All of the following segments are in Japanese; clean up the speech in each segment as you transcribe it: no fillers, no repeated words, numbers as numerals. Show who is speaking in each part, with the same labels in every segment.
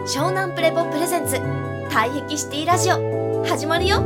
Speaker 1: 湘南プレポプレゼンツ退癖シティラジオ始まるよ。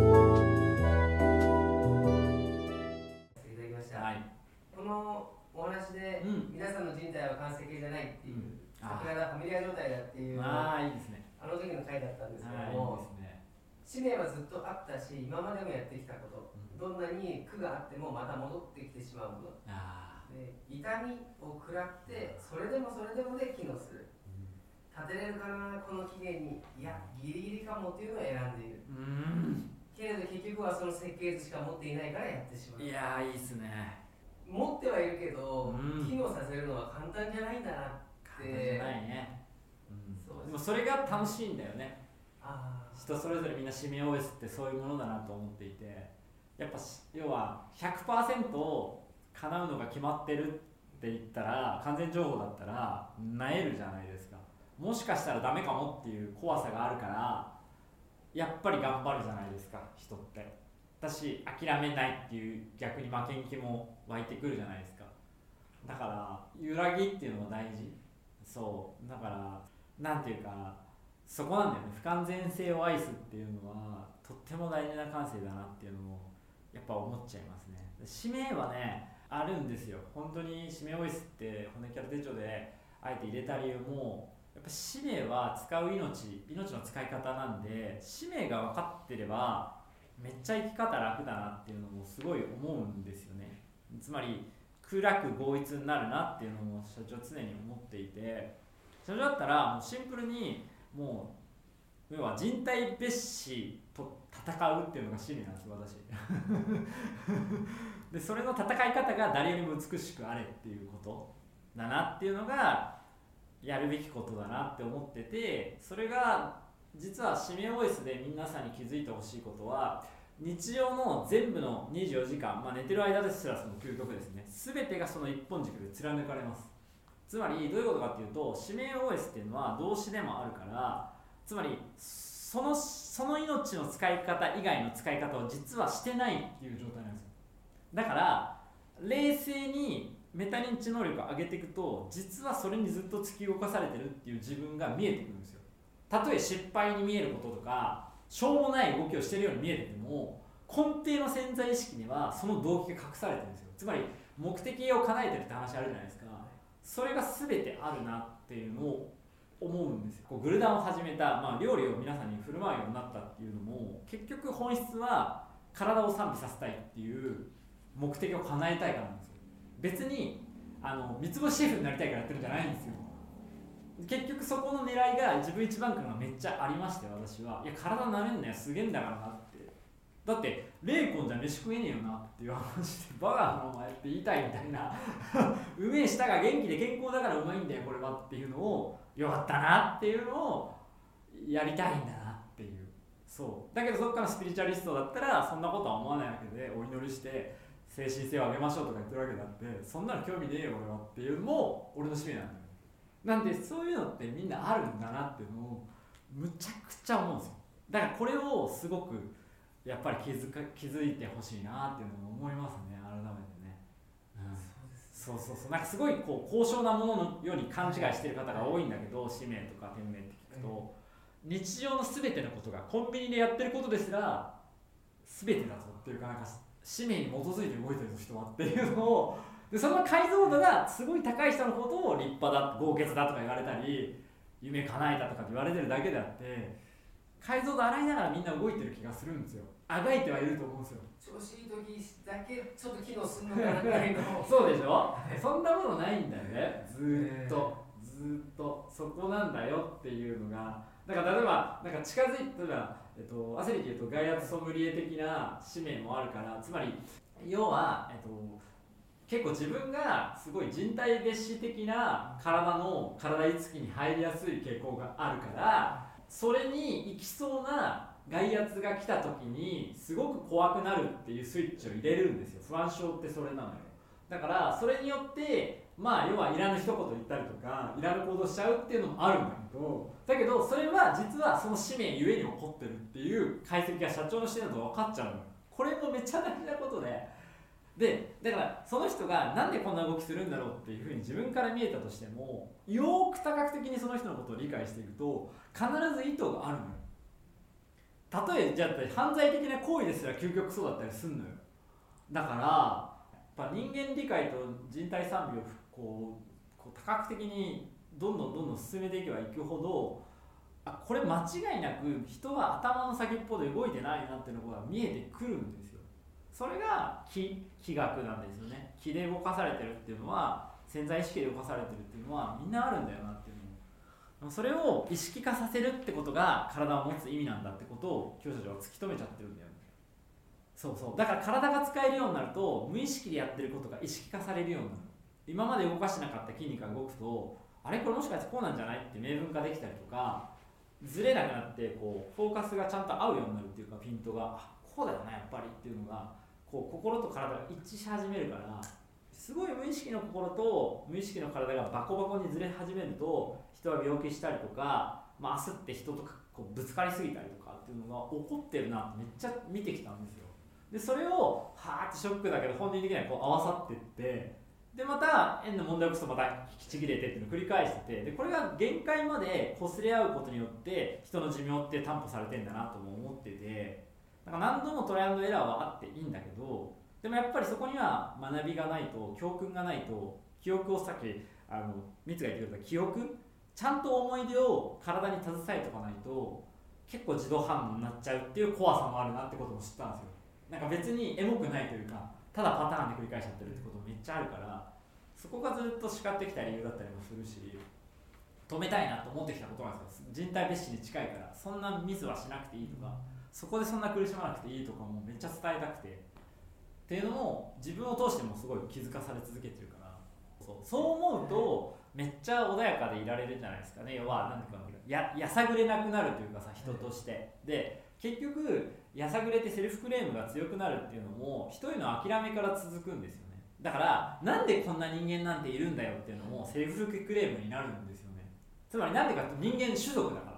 Speaker 2: いただきました、
Speaker 3: はい、
Speaker 2: このお話で、皆さんの人体は完成形じゃないっていう、桜田ファミリア状態だっていう、
Speaker 3: いいですね。
Speaker 2: あの時の回だったんですけど
Speaker 3: いい
Speaker 2: も、
Speaker 3: ですね。
Speaker 2: 使命はずっとあったし、今までもやってきたこと、どんなに苦があってもまた戻ってきてしまうもので、痛みを食らってそれでもで機能する、立てれるかなこの期限に、いやギリギリかもっていうのを選んでいる、けれど結局はその設計図しか持っていないからやってしまう。
Speaker 3: いやいいですね。
Speaker 2: 持ってはいるけど、機能させるのは簡単じゃないんだなって。
Speaker 3: 簡単じゃないね。でもそれが楽しいんだよね。人それぞれみんな使命 OS ってそういうものだなと思っていて、やっぱ要は 100% 叶うのが決まってるって言ったら、完全情報だったら萎えるじゃないですか。もしかしたらダメかもっていう怖さがあるから、やっぱり頑張るじゃないですか、人って。私諦めないっていう逆に負けん気も湧いてくるじゃないですか。だから揺らぎっていうのは大事。そうだからなんていうか、そこなんだよね。不完全性を愛すっていうのはとっても大事な感性だなっていうのもやっぱ思っちゃいますね。使命はねあるんですよ。本当に使命 OS って骨キャラ手帳であえて入れた理由も、やっぱ使命は使う命の使い方なんで、使命が分かってればめっちゃ生き方楽だなっていうのもすごい思うんですよね。つまり苦楽合一になるなっていうのも社長常に思っていて、社長だったらもうシンプルにもう要は人体蔑視と戦うっていうのが使命なんですよ、私でそれの戦い方が誰よりも美しくあれっていうことだなっていうのがやるべきことだなって思ってて、それが実は使命 OS で皆さんに気づいてほしいことは、日常の全部の24時間、寝てる間ですらその究極ですね、全てがその一本軸で貫かれます。つまりどういうことかっていうと、使命 OS っていうのは動詞でもあるから、つまりその命の使い方以外の使い方を実はしてないっていう状態なんですよ。だから冷静にメタ認知能力を上げていくと、実はそれにずっと突き動かされてるっていう自分が見えてくるんですよ。たとえ失敗に見えることとかしょうもない動きをしているように見えてても、根底の潜在意識にはその動機が隠されてるんですよ。つまり目的を叶えてるって話あるじゃないですか。それが全てあるなっていうのを思うんですよ。こうグルダンを始めた、料理を皆さんに振る舞うようになったっていうのも、結局本質は体を賛美させたいっていう目的を叶えたいからなんですよ。別に三つ星シェフになりたいからやってるんじゃないんですよ。結局そこの狙いが自分一番感がめっちゃありまして、私はいや体なれんのやすげえんだからなって、だってレーコンじゃ飯食えねえよなっていう話で、バカなお前って言いたいみたいなうめえ舌が元気で健康だからうまいんだよこれはっていうのを、よかったなっていうのをやりたいんだなっていう。そうだけどそこからスピリチュアリストだったらそんなことは思わないわけで、お祈りして精神性を上げましょうとか言ってるわけだって、そんなの興味ねえよ俺はっていうのも俺の使命なんだよ。なんでそういうのってみんなあるんだなっていうのをむちゃくちゃ思うんですよ。だからこれをすごくやっぱり気づいてほしいなっていうのを思いますね、改めてね。そうなんかすごいこう高尚なもののように勘違いしてる方が多いんだけど、使命とか天命って聞くと、日常の全てのことがコンビニでやってることですら全てだぞっていうか、なんか使命に基づいて動いてる人はっていうのを、でその解像度がすごい高い人のことを立派だ、豪傑だとか言われたり、夢叶えたとかって言われてるだけであって、解像度洗いながらみんな動いてる気がするんですよ。あがいてはいると思うんですよ。
Speaker 2: 調子いい時だけちょっと機能するのかなぐらいの
Speaker 3: そうでしょそんなものないんだよね。ずーっとそこなんだよっていうのが、だから例えばなんか近づいて、例えばアセリでいうと外圧ソムリエ的な使命もあるから、つまり要は結構自分がすごい人体蔑視的な体いつきに入りやすい傾向があるから、それに行きそうな外圧が来た時にすごく怖くなるっていうスイッチを入れるんですよ。不安症ってそれなのよ。だからそれによって要はいらぬ一言言ったりとかいらぬ行動しちゃうっていうのもあるんだけどそれは実はその使命ゆえに起こってるっていう解析が社長の視点だと分かっちゃうのよ。これもめっちゃ大事なことで、 でだからその人がなんでこんな動きするんだろうっていうふうに自分から見えたとしても、よーく多角的にその人のことを理解していくと必ず意図があるのよ。例えじゃあ犯罪的な行為ですら究極そうだったりするのよ。だからやっぱ人間理解と人体賛美をこう多角的にどんどん進めていけばいくほど、これ間違いなく人は頭の先っぽで動いてないなっていうのが見えてくるんですよ。それが気学なんですよね。気で動かされてるっていうのは、潜在意識で動かされてるっていうのはみんなあるんだよなっていうのを、それを意識化させるってことが体を持つ意味なんだってことを教師は突き止めちゃってるんだよね。そうだから体が使えるようになると無意識でやってることが意識化されるようになる。今まで動かしてなかった筋肉が動くと、あれこれもしかしてこうなんじゃないって明文化できたりとか、ずれなくなってこうフォーカスがちゃんと合うようになるっていうか、ピントがこうだよなやっぱりっていうのがこう心と体が一致し始めるから、すごい無意識の心と無意識の体がバコバコにずれ始めると、人は病気したりとか、焦って人とこうぶつかりすぎたりとかっていうのが起こってるなってめっちゃ見てきたんですよ。でそれをはーってショックだけど本人的にはこう合わさっていって、でまた円の問題を起こすとまた引きちぎれてっていうのを繰り返してて、でこれが限界まで擦れ合うことによって人の寿命って担保されてんだなとも思ってて、だから何度もトライアンドエラーはあっていいんだけど、でもやっぱりそこには学びがないと、教訓がないと、記憶をさっきミツが言ってくれた記憶、ちゃんと思い出を体に携えておかないと結構自動反応になっちゃうっていう怖さもあるなってことも知ったんですよ。なんか別にエモくないというか、ただパターンで繰り返しちゃってるってこともめっちゃあるから、そこがずっと叱ってきた理由だったりもするし、止めたいなと思ってきたことなんですよ。人体別視に近いから、そんなミスはしなくていいとか、そこでそんな苦しまなくていいとかもめっちゃ伝えたくてっていうのも自分を通してもすごい気づかされ続けてるから、そう思うとめっちゃ穏やかでいられるじゃないですかね。要は何ていうかやさぐれなくなるというかさ、人としてで結局やさぐれてセルフクレームが強くなるっていうのも一人の諦めから続くんですよね。だからなんでこんな人間なんているんだよっていうのもセルフクレームになるんですよね。つまりなんでかって人間種族だから。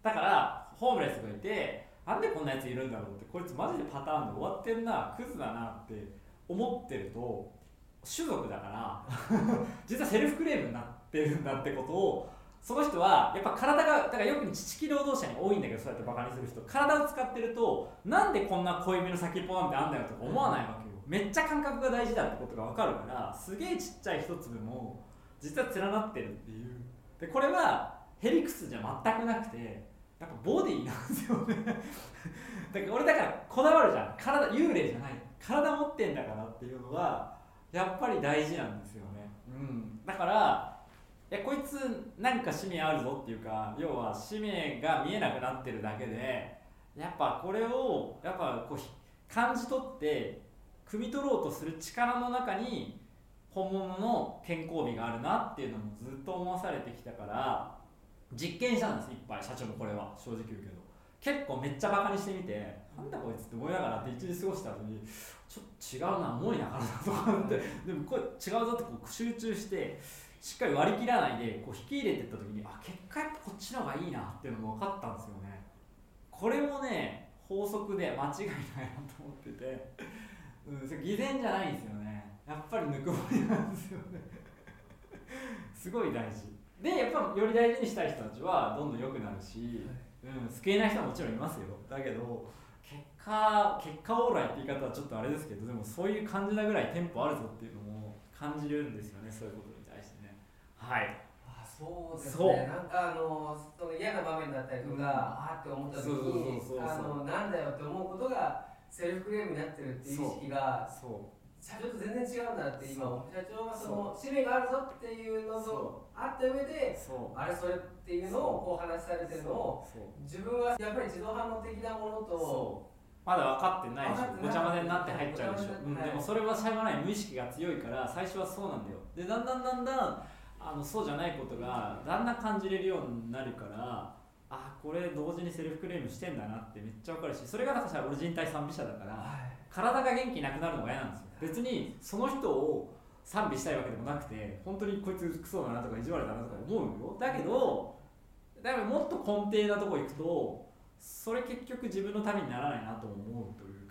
Speaker 3: だからホームレスがいて、なんでこんなやついるんだろうって、こいつマジでパターンで終わってんな、クズだなって思ってると、種族だから実はセルフクレームになってるんだってことを、その人はやっぱ体が、だからよく知識労働者に多いんだけど、そうやってバカにする人、体を使ってるとなんでこんな小指の先っぽなんてあんだよとか思わないわけよ。めっちゃ感覚が大事だってことが分かるから、すげえちっちゃい一粒も実は連なってるっていう。でこれはヘリクスじゃ全くなくて、やっぱボディなんですよねだからこだわるじゃん。体幽霊じゃない、体持ってんだからっていうのはやっぱり大事なんですよね。だからこいつなんか使命あるぞっていうか、要は使命が見えなくなってるだけで、やっぱこれをやっぱこう感じ取って汲み取ろうとする力の中に本物の健康美があるなっていうのもずっと思わされてきたから、実験したんですいっぱい。社長もこれは正直言うけど結構めっちゃバカにしてみて、なんだこいつって思いながらって一日過ごした後に、ちょっと違うな、重いな体とかってでもこれ違うぞってこう集中してしっかり割り切らないでこう引き入れていった時に、結果やっぱこっちの方がいいなっていうのも分かったんですよね。これもね法則で間違いないなと思ってて、それ偽善じゃないんですよね。やっぱりぬくもりなんですよねすごい大事で、やっぱより大事にしたい人たちはどんどん良くなるし、救えない人はもちろんいますよ。だけど結果オーライって言い方はちょっとあれですけど、でもそういう感じなぐらいテンポあるぞっていうのも感じるんですよね、そういうことに対してね。はい。
Speaker 2: そうですね。なんかその嫌な場面だったりとか、って思った時になんだよって思うことがセルフクレームになってるっていう意識が社長と全然違うんだって今社長はその使命があるぞっていうのとあった上で、あれそれっていうのをこう話されてるのを自分はやっぱり自動反応的なものと
Speaker 3: まだ分かってないでしょ、ごちゃ混ぜになって入っちゃうでしょ、でもそれはしょうがない、無意識が強いから最初はそうなんだよ。でだんだんそうじゃないことがだんだん感じれるようになるから、これ同時にセルフクレームしてんだなってめっちゃ分かるし、それがだから俺人体賛美者だから、体が元気なくなるのが嫌なんですよ。別にその人を賛美したいわけでもなくて、本当にこいつクソだなとか意地悪だなとか思うよ。だけどもっと根底なとこ行くとそれ結局自分のためにならないなと思うというか、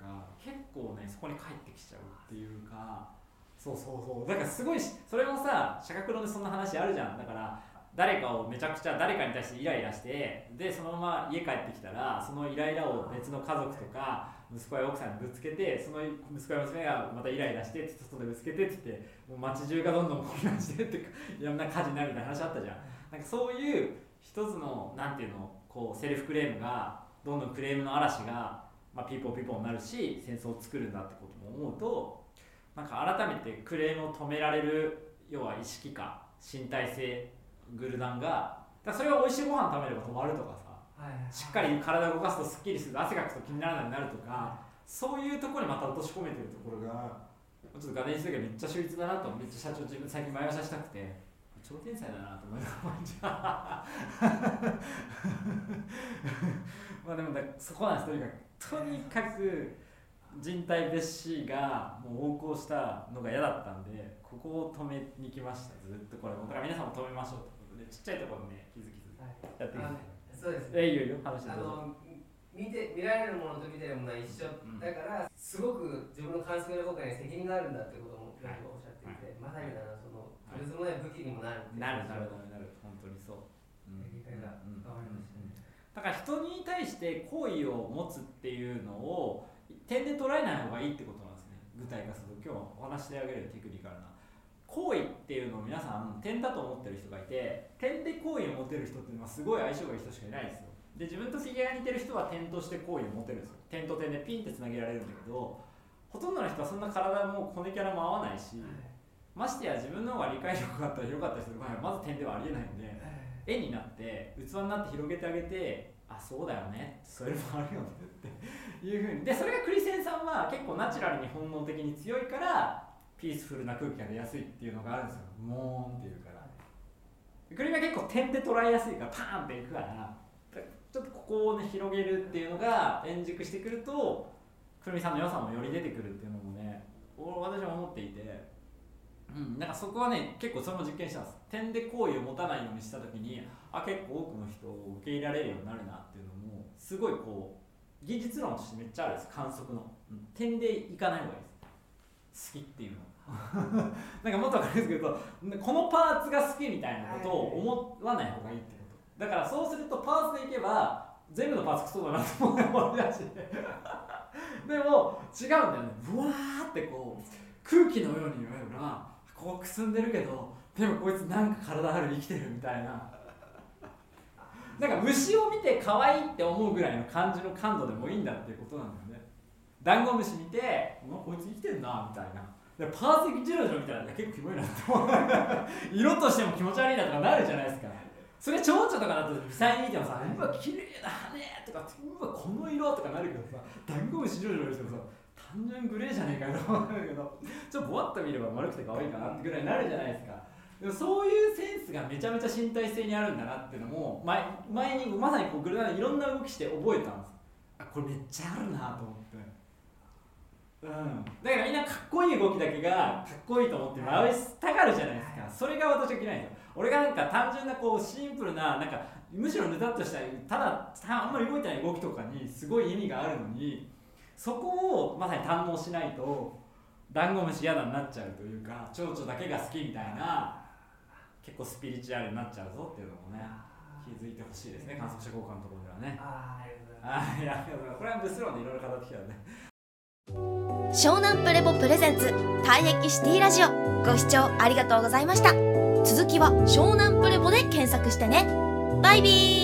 Speaker 3: から結構ねそこに帰ってきちゃうっていうか、そうだからすごいそれもさ社学論でそんな話あるじゃん。だから誰かをめちゃくちゃ誰かに対してイライラしてでそのまま家帰ってきたらそのイライラを別の家族とか息子や奥さんにぶつけてその息子や娘がまたイライラして外でぶつけてって言ってもう街中がどんどん混乱してっていろんな火事になるみたいな話あったじゃん。なんかそういう一つのなんていうのこうセルフクレームがどんどんクレームの嵐が、ピーポーになるし戦争を作るんだってことも思うとなんか改めてクレームを止められる要は意識化身体性グルダンがだそれは美味しいご飯食べれば止まるとかさ、しっかり体を動かすとすっきりする汗かくと気にならないようになるとかそういうところにまた落とし込めてるところがちょっとガネにするけどめっちゃ秀逸だなとめっちゃ社長自分最近前話したくて超天才だなと思いながらでもそこなんですとにかく人体別視がもう横行したのが嫌だったんでここを止めに来ました。ずっとこれだから皆さんも止めましょうということでちっちゃいところでね気づきやっていいです
Speaker 2: そうですね。
Speaker 3: いいよ話して
Speaker 2: 見られるものと見てるものは一緒、だからすごく自分の感想や効果に責任があるんだってこともおっしゃっていて、まさにそのとてつもない武器にもなるっていう
Speaker 3: なる本当にそう、
Speaker 2: 理解が変わりましたね。
Speaker 3: だから人に対して好意を持つっていうのを点で捉えない方がいいってことなんですね。具体化すると今日お話してあげるテクニカルな好意っていうのを皆さん点だと思ってる人がいて点で好意を持てる人っていうのはすごい相性がいい人しかいないんですよ。で自分とフィギュアが似てる人は点として好意を持てるんですよ。点と点でピンってつなげられるんだけどほとんどの人はそんな体もコネキャラも合わないし、ましてや自分の方が理解力があったら広かった人の場合はまず点ではありえないんで絵になって器になって広げてあげてあそうだよねそれもあるよねっていう風にでそれがクリセンさんは結構ナチュラルに本能的に強いからピースフルな空気が出やすいっていうのがあるんですよ。モーンっていうからクリが結構点で捉えやすいからパーンっていくからちょっとここをね広げるっていうのが円熟してくるとくるみさんの良さもより出てくるっていうのもね私は思っていて、なんかそこはね結構それも実験したんです。点で好意を持たないようにした時に結構多くの人を受け入れられるようになるなっていうのもすごいこう技術論としてめっちゃあるんです。観測の、点でいかない方がいいです。好きっていうのなんかもっと分かりやすく言うとこのパーツが好きみたいなことを思わない方がいいってことだからそうするとパーツでいけば全部のパーツクソだなと思うだしでも違うんだよね。ブワーってこう空気のように言われるなこうくすんでるけどでもこいつなんか体ある生きてるみたいななんか虫を見て可愛いって思うぐらいの感じの感度でもいいんだっていうことなんだよね。ダンゴムシ見てこいつ生きてんなみたいなでパーツジロジロみたいなのが結構キモいなって思う色としても気持ち悪いなとかなるじゃないですか。それ蝶々とかだと実際に見てもさうわ綺麗な羽とかうわこの色とかなるけどさダンゴムシジロジロしてもさ単純グレーじゃねえかよと思うんだけどちょっとぼわっと見れば丸くて可愛いかなってぐらいになるじゃないですか。でもそういうセンスがめちゃめちゃ身体性にあるんだなっていうのも前にまさにこうグルダンでいろんな動きして覚えたんです。これめっちゃあるなと思って、だからみんなかっこいい動きだけがかっこいいと思って回したがるじゃないですか。それが私は嫌いんですよ。俺がなんか単純なこうシンプルななんかむしろぬたっとしたただあんまり動いてない動きとかにすごい意味があるのにそこをまさに堪能しないとダンゴムシ嫌だになっちゃうというか蝶々だけが好きみたいな結構スピリチュアルになっちゃうぞっていうのもね気づいてほしいですね。観測者交換のところではね。ありがとうございます。これはブスロンでいろいろ語ってきたよね。
Speaker 1: 湘南プレボプレゼンツ体液シティラジオご視聴ありがとうございました。続きは湘南プレボで検索してね。バイビー。